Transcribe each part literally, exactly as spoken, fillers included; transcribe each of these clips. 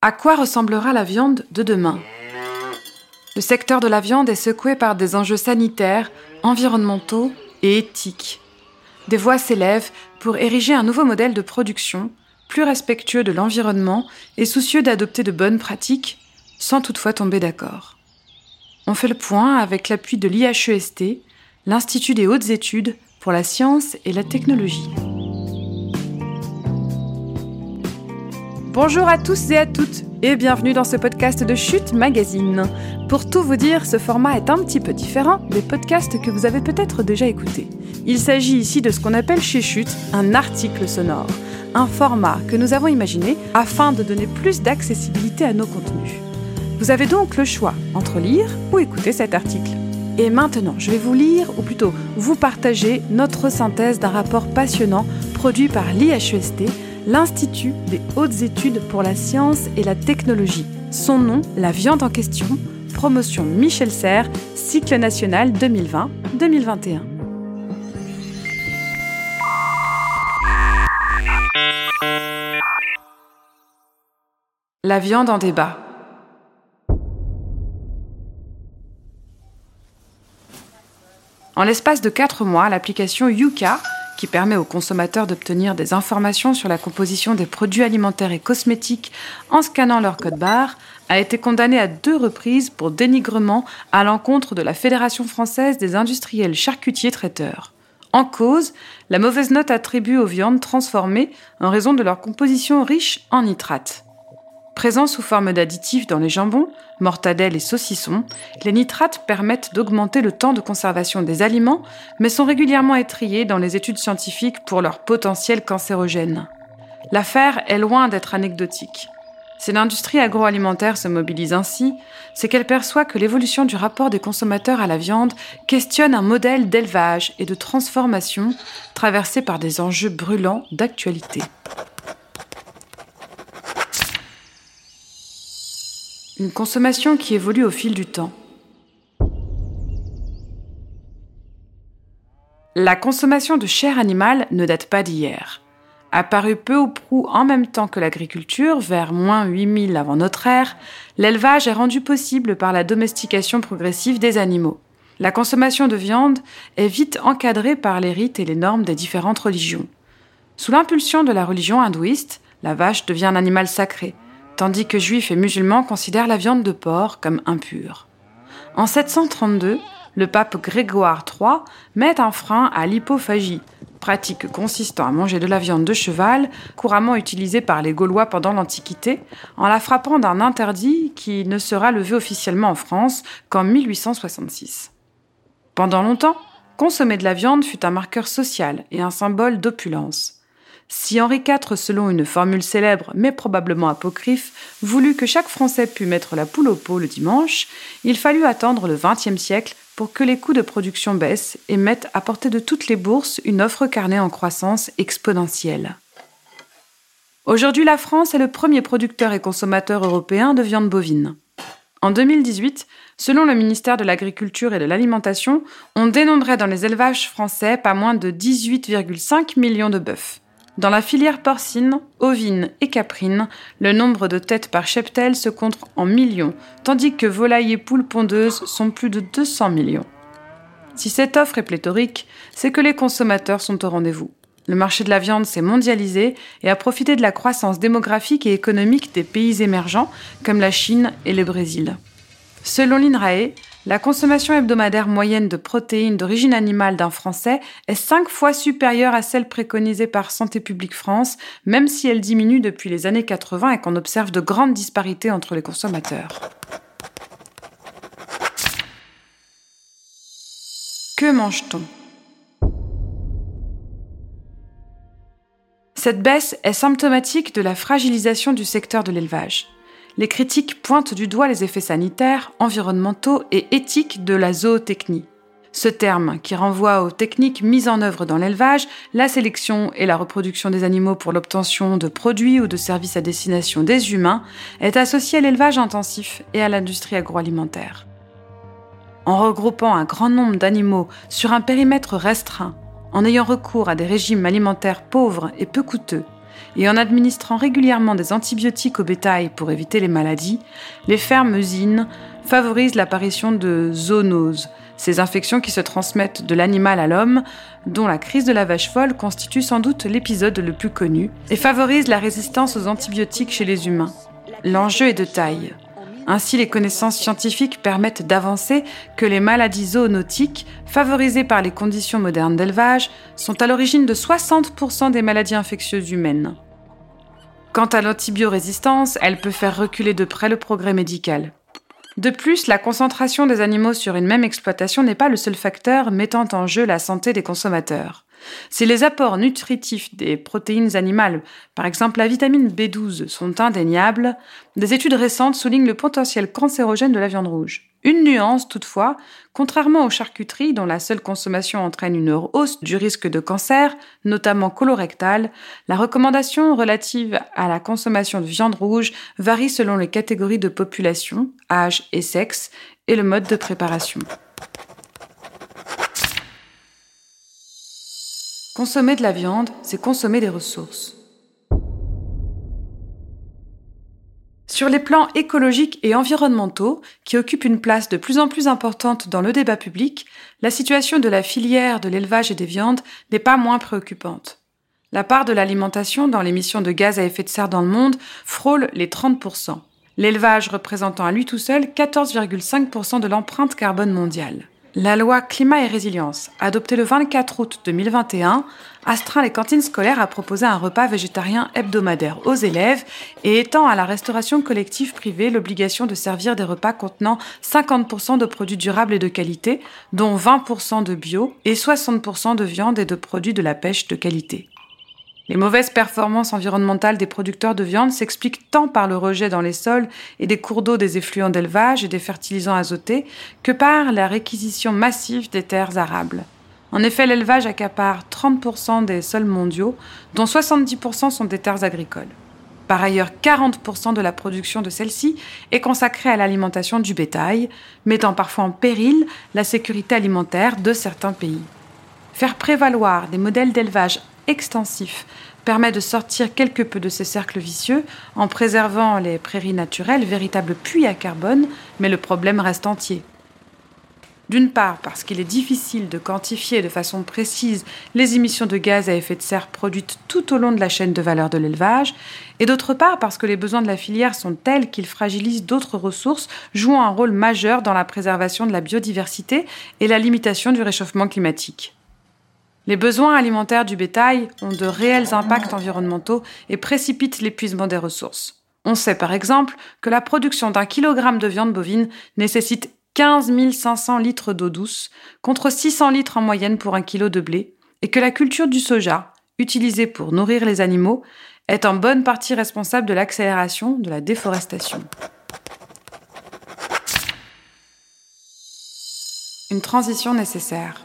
À quoi ressemblera la viande de demain ? Le secteur de la viande est secoué par des enjeux sanitaires, environnementaux et éthiques. Des voix s'élèvent pour ériger un nouveau modèle de production, plus respectueux de l'environnement et soucieux d'adopter de bonnes pratiques, sans toutefois tomber d'accord. On fait le point avec l'appui de l'I H E S T, l'Institut des hautes études pour la science et la technologie. Bonjour à tous et à toutes et bienvenue dans ce podcast de Chute Magazine. Pour tout vous dire, ce format est un petit peu différent des podcasts que vous avez peut-être déjà écoutés. Il s'agit ici de ce qu'on appelle chez Chute un article sonore, un format que nous avons imaginé afin de donner plus d'accessibilité à nos contenus. Vous avez donc le choix entre lire ou écouter cet article. Et maintenant, je vais vous lire, ou plutôt vous partager notre synthèse d'un rapport passionnant produit par l'I H E S T, l'Institut des hautes études pour la science et la technologie. Son nom, la viande en question, promotion Michel Serres, cycle national deux mille vingt deux mille vingt et un. La viande en débat. En l'espace de quatre mois, l'application Yuka, qui permet aux consommateurs d'obtenir des informations sur la composition des produits alimentaires et cosmétiques en scannant leur code barre, a été condamnée à deux reprises pour dénigrement à l'encontre de la Fédération française des industriels charcutiers traiteurs. En cause, la mauvaise note attribuée aux viandes transformées en raison de leur composition riche en nitrates. Présents sous forme d'additifs dans les jambons, mortadelles et saucissons, les nitrates permettent d'augmenter le temps de conservation des aliments, mais sont régulièrement étrillés dans les études scientifiques pour leur potentiel cancérogène. L'affaire est loin d'être anecdotique. Si l'industrie agroalimentaire se mobilise ainsi, c'est qu'elle perçoit que l'évolution du rapport des consommateurs à la viande questionne un modèle d'élevage et de transformation traversé par des enjeux brûlants d'actualité. Une consommation qui évolue au fil du temps. La consommation de chair animale ne date pas d'hier. Apparue peu ou prou en même temps que l'agriculture, vers moins huit mille avant notre ère, l'élevage est rendu possible par la domestication progressive des animaux. La consommation de viande est vite encadrée par les rites et les normes des différentes religions. Sous l'impulsion de la religion hindouiste, la vache devient un animal sacré, tandis que juifs et musulmans considèrent la viande de porc comme impure. En sept cent trente-deux, le pape Grégoire trois met un frein à l'hypophagie, pratique consistant à manger de la viande de cheval, couramment utilisée par les Gaulois pendant l'Antiquité, en la frappant d'un interdit qui ne sera levé officiellement en France qu'en mille huit cent soixante-six. Pendant longtemps, consommer de la viande fut un marqueur social et un symbole d'opulence. Si Henri quatre, selon une formule célèbre mais probablement apocryphe, voulut que chaque Français pût mettre la poule au pot le dimanche, il fallut attendre le vingtième siècle pour que les coûts de production baissent et mettent à portée de toutes les bourses une offre carnée en croissance exponentielle. Aujourd'hui, la France est le premier producteur et consommateur européen de viande bovine. En deux mille dix-huit, selon le ministère de l'Agriculture et de l'Alimentation, on dénombrait dans les élevages français pas moins de dix-huit virgule cinq millions de bœufs. Dans la filière porcine, ovine et caprine, le nombre de têtes par cheptel se compte en millions, tandis que volailles et poules pondeuses sont plus de deux cents millions. Si cette offre est pléthorique, c'est que les consommateurs sont au rendez-vous. Le marché de la viande s'est mondialisé et a profité de la croissance démographique et économique des pays émergents comme la Chine et le Brésil. Selon l'INRAE, la consommation hebdomadaire moyenne de protéines d'origine animale d'un Français est cinq fois supérieure à celle préconisée par Santé publique France, même si elle diminue depuis les années quatre-vingts et qu'on observe de grandes disparités entre les consommateurs. Que mange-t-on ? Cette baisse est symptomatique de la fragilisation du secteur de l'élevage. Les critiques pointent du doigt les effets sanitaires, environnementaux et éthiques de la zootechnie. Ce terme, qui renvoie aux techniques mises en œuvre dans l'élevage, la sélection et la reproduction des animaux pour l'obtention de produits ou de services à destination des humains, est associé à l'élevage intensif et à l'industrie agroalimentaire. En regroupant un grand nombre d'animaux sur un périmètre restreint, en ayant recours à des régimes alimentaires pauvres et peu coûteux, et en administrant régulièrement des antibiotiques au bétail pour éviter les maladies, les fermes-usines favorisent l'apparition de zoonoses, ces infections qui se transmettent de l'animal à l'homme, dont la crise de la vache folle constitue sans doute l'épisode le plus connu, et favorisent la résistance aux antibiotiques chez les humains. L'enjeu est de taille. Ainsi, les connaissances scientifiques permettent d'avancer que les maladies zoonotiques, favorisées par les conditions modernes d'élevage, sont à l'origine de soixante pour cent des maladies infectieuses humaines. Quant à l'antibiorésistance, elle peut faire reculer de près le progrès médical. De plus, la concentration des animaux sur une même exploitation n'est pas le seul facteur mettant en jeu la santé des consommateurs. Si les apports nutritifs des protéines animales, par exemple la vitamine B douze, sont indéniables, des études récentes soulignent le potentiel cancérogène de la viande rouge. Une nuance toutefois, contrairement aux charcuteries dont la seule consommation entraîne une hausse du risque de cancer, notamment colorectal, la recommandation relative à la consommation de viande rouge varie selon les catégories de population, âge et sexe, et le mode de préparation. Consommer de la viande, c'est consommer des ressources. Sur les plans écologiques et environnementaux, qui occupent une place de plus en plus importante dans le débat public, la situation de la filière de l'élevage et des viandes n'est pas moins préoccupante. La part de l'alimentation dans l'émission de gaz à effet de serre dans le monde frôle les trente pour cent, l'élevage représentant à lui tout seul quatorze virgule cinq pour cent de l'empreinte carbone mondiale. La loi Climat et Résilience, adoptée le vingt-quatre août deux mille vingt et un, astreint les cantines scolaires à proposer un repas végétarien hebdomadaire aux élèves et étend à la restauration collective privée l'obligation de servir des repas contenant cinquante pour cent de produits durables et de qualité, dont vingt pour cent de bio et soixante pour cent de viande et de produits de la pêche de qualité. Les mauvaises performances environnementales des producteurs de viande s'expliquent tant par le rejet dans les sols et des cours d'eau des effluents d'élevage et des fertilisants azotés que par la réquisition massive des terres arables. En effet, l'élevage accapare trente pour cent des sols mondiaux, dont soixante-dix pour cent sont des terres agricoles. Par ailleurs, quarante pour cent de la production de celles-ci est consacrée à l'alimentation du bétail, mettant parfois en péril la sécurité alimentaire de certains pays. Faire prévaloir des modèles d'élevage extensif permet de sortir quelque peu de ces cercles vicieux en préservant les prairies naturelles, véritables puits à carbone, mais le problème reste entier. D'une part, parce qu'il est difficile de quantifier de façon précise les émissions de gaz à effet de serre produites tout au long de la chaîne de valeur de l'élevage, et d'autre part parce que les besoins de la filière sont tels qu'ils fragilisent d'autres ressources jouant un rôle majeur dans la préservation de la biodiversité et la limitation du réchauffement climatique. Les besoins alimentaires du bétail ont de réels impacts environnementaux et précipitent l'épuisement des ressources. On sait par exemple que la production d'un kilogramme de viande bovine nécessite quinze mille cinq cents litres d'eau douce, contre six cents litres en moyenne pour un kilo de blé, et que la culture du soja, utilisée pour nourrir les animaux, est en bonne partie responsable de l'accélération de la déforestation. Une transition nécessaire.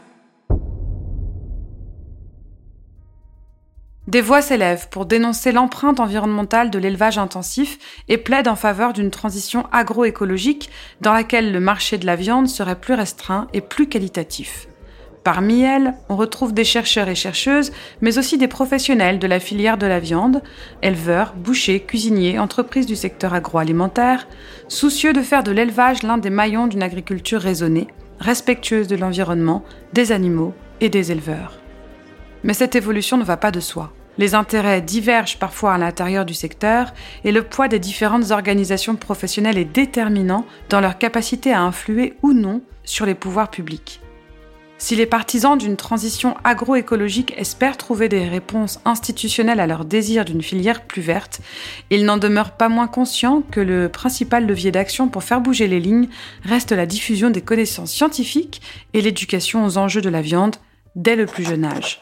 Des voix s'élèvent pour dénoncer l'empreinte environnementale de l'élevage intensif et plaident en faveur d'une transition agroécologique dans laquelle le marché de la viande serait plus restreint et plus qualitatif. Parmi elles, on retrouve des chercheurs et chercheuses, mais aussi des professionnels de la filière de la viande, éleveurs, bouchers, cuisiniers, entreprises du secteur agroalimentaire, soucieux de faire de l'élevage l'un des maillons d'une agriculture raisonnée, respectueuse de l'environnement, des animaux et des éleveurs. Mais cette évolution ne va pas de soi. Les intérêts divergent parfois à l'intérieur du secteur et le poids des différentes organisations professionnelles est déterminant dans leur capacité à influer ou non sur les pouvoirs publics. Si les partisans d'une transition agroécologique espèrent trouver des réponses institutionnelles à leur désir d'une filière plus verte, ils n'en demeurent pas moins conscients que le principal levier d'action pour faire bouger les lignes reste la diffusion des connaissances scientifiques et l'éducation aux enjeux de la viande dès le plus jeune âge.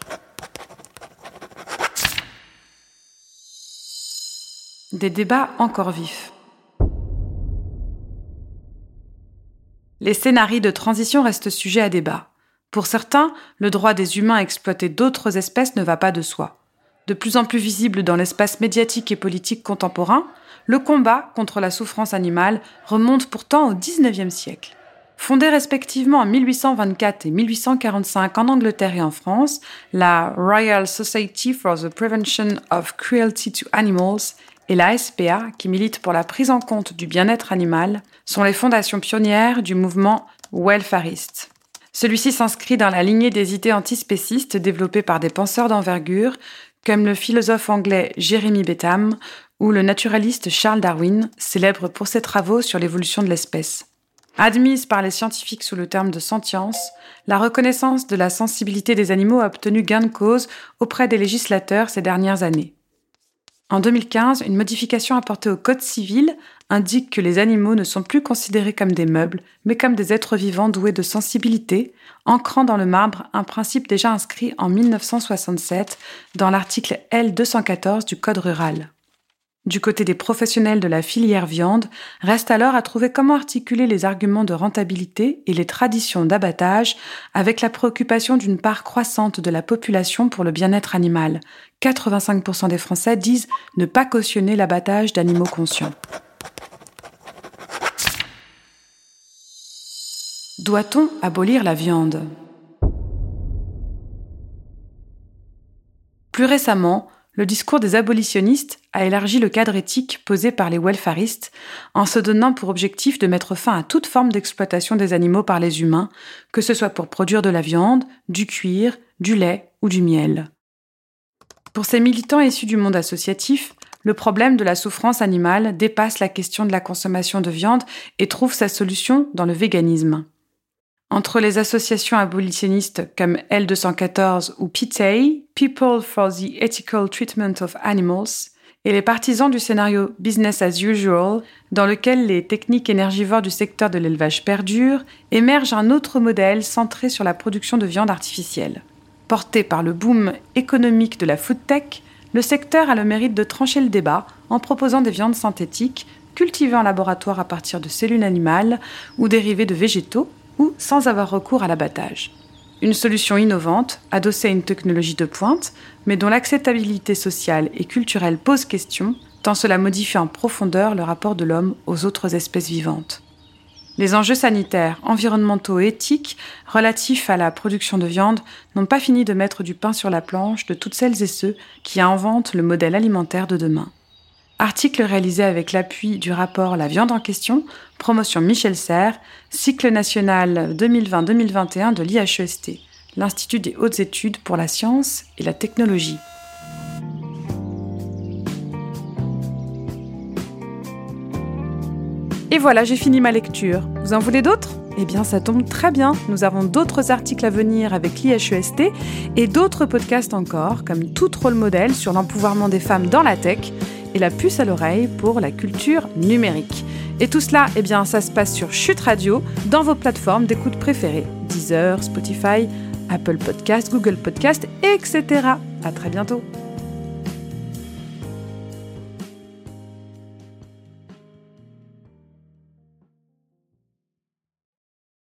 Des débats encore vifs. Les scénarios de transition restent sujets à débat. Pour certains, le droit des humains à exploiter d'autres espèces ne va pas de soi. De plus en plus visible dans l'espace médiatique et politique contemporain, le combat contre la souffrance animale remonte pourtant au dix-neuvième siècle. Fondée respectivement en mille huit cent vingt-quatre et mille huit cent quarante-cinq en Angleterre et en France, la Royal Society for the Prevention of Cruelty to Animals et la S P A, qui milite pour la prise en compte du bien-être animal, sont les fondations pionnières du mouvement welfariste. Celui-ci s'inscrit dans la lignée des idées antispécistes développées par des penseurs d'envergure, comme le philosophe anglais Jeremy Bentham ou le naturaliste Charles Darwin, célèbre pour ses travaux sur l'évolution de l'espèce. Admise par les scientifiques sous le terme de sentience, la reconnaissance de la sensibilité des animaux a obtenu gain de cause auprès des législateurs ces dernières années. En deux mille quinze, une modification apportée au Code civil indique que les animaux ne sont plus considérés comme des meubles, mais comme des êtres vivants doués de sensibilité, ancrant dans le marbre un principe déjà inscrit en mille neuf cent soixante-sept dans l'article L deux cent quatorze du Code rural. Du côté des professionnels de la filière viande, reste alors à trouver comment articuler les arguments de rentabilité et les traditions d'abattage avec la préoccupation d'une part croissante de la population pour le bien-être animal. quatre-vingt-cinq pour cent des Français disent ne pas cautionner l'abattage d'animaux conscients. Doit-on abolir la viande ? Plus récemment, le discours des abolitionnistes a élargi le cadre éthique posé par les welfaristes en se donnant pour objectif de mettre fin à toute forme d'exploitation des animaux par les humains, que ce soit pour produire de la viande, du cuir, du lait ou du miel. Pour ces militants issus du monde associatif, le problème de la souffrance animale dépasse la question de la consommation de viande et trouve sa solution dans le véganisme. Entre les associations abolitionnistes comme L deux cent quatorze ou P T A, People for the Ethical Treatment of Animals, et les partisans du scénario Business as Usual, dans lequel les techniques énergivores du secteur de l'élevage perdurent, émerge un autre modèle centré sur la production de viande artificielle. Porté par le boom économique de la food tech, le secteur a le mérite de trancher le débat en proposant des viandes synthétiques, cultivées en laboratoire à partir de cellules animales ou dérivées de végétaux, ou sans avoir recours à l'abattage. Une solution innovante, adossée à une technologie de pointe, mais dont l'acceptabilité sociale et culturelle pose question, tant cela modifie en profondeur le rapport de l'homme aux autres espèces vivantes. Les enjeux sanitaires, environnementaux et éthiques relatifs à la production de viande n'ont pas fini de mettre du pain sur la planche de toutes celles et ceux qui inventent le modèle alimentaire de demain. Article réalisé avec l'appui du rapport La viande en question, promotion Michel Serres, cycle national deux mille vingt deux mille vingt et un de l'I H E S T, l'Institut des hautes études pour la science et la technologie. Et voilà, j'ai fini ma lecture. Vous en voulez d'autres ? Eh bien, ça tombe très bien. Nous avons d'autres articles à venir avec l'I H E S T et d'autres podcasts encore, comme Tout rôle modèle sur l'empouvoirment des femmes dans la tech et la puce à l'oreille pour la culture numérique. Et tout cela, eh bien, ça se passe sur Chute Radio, dans vos plateformes d'écoute préférées. Deezer, Spotify, Apple Podcast, Google Podcast, et cetera. À très bientôt.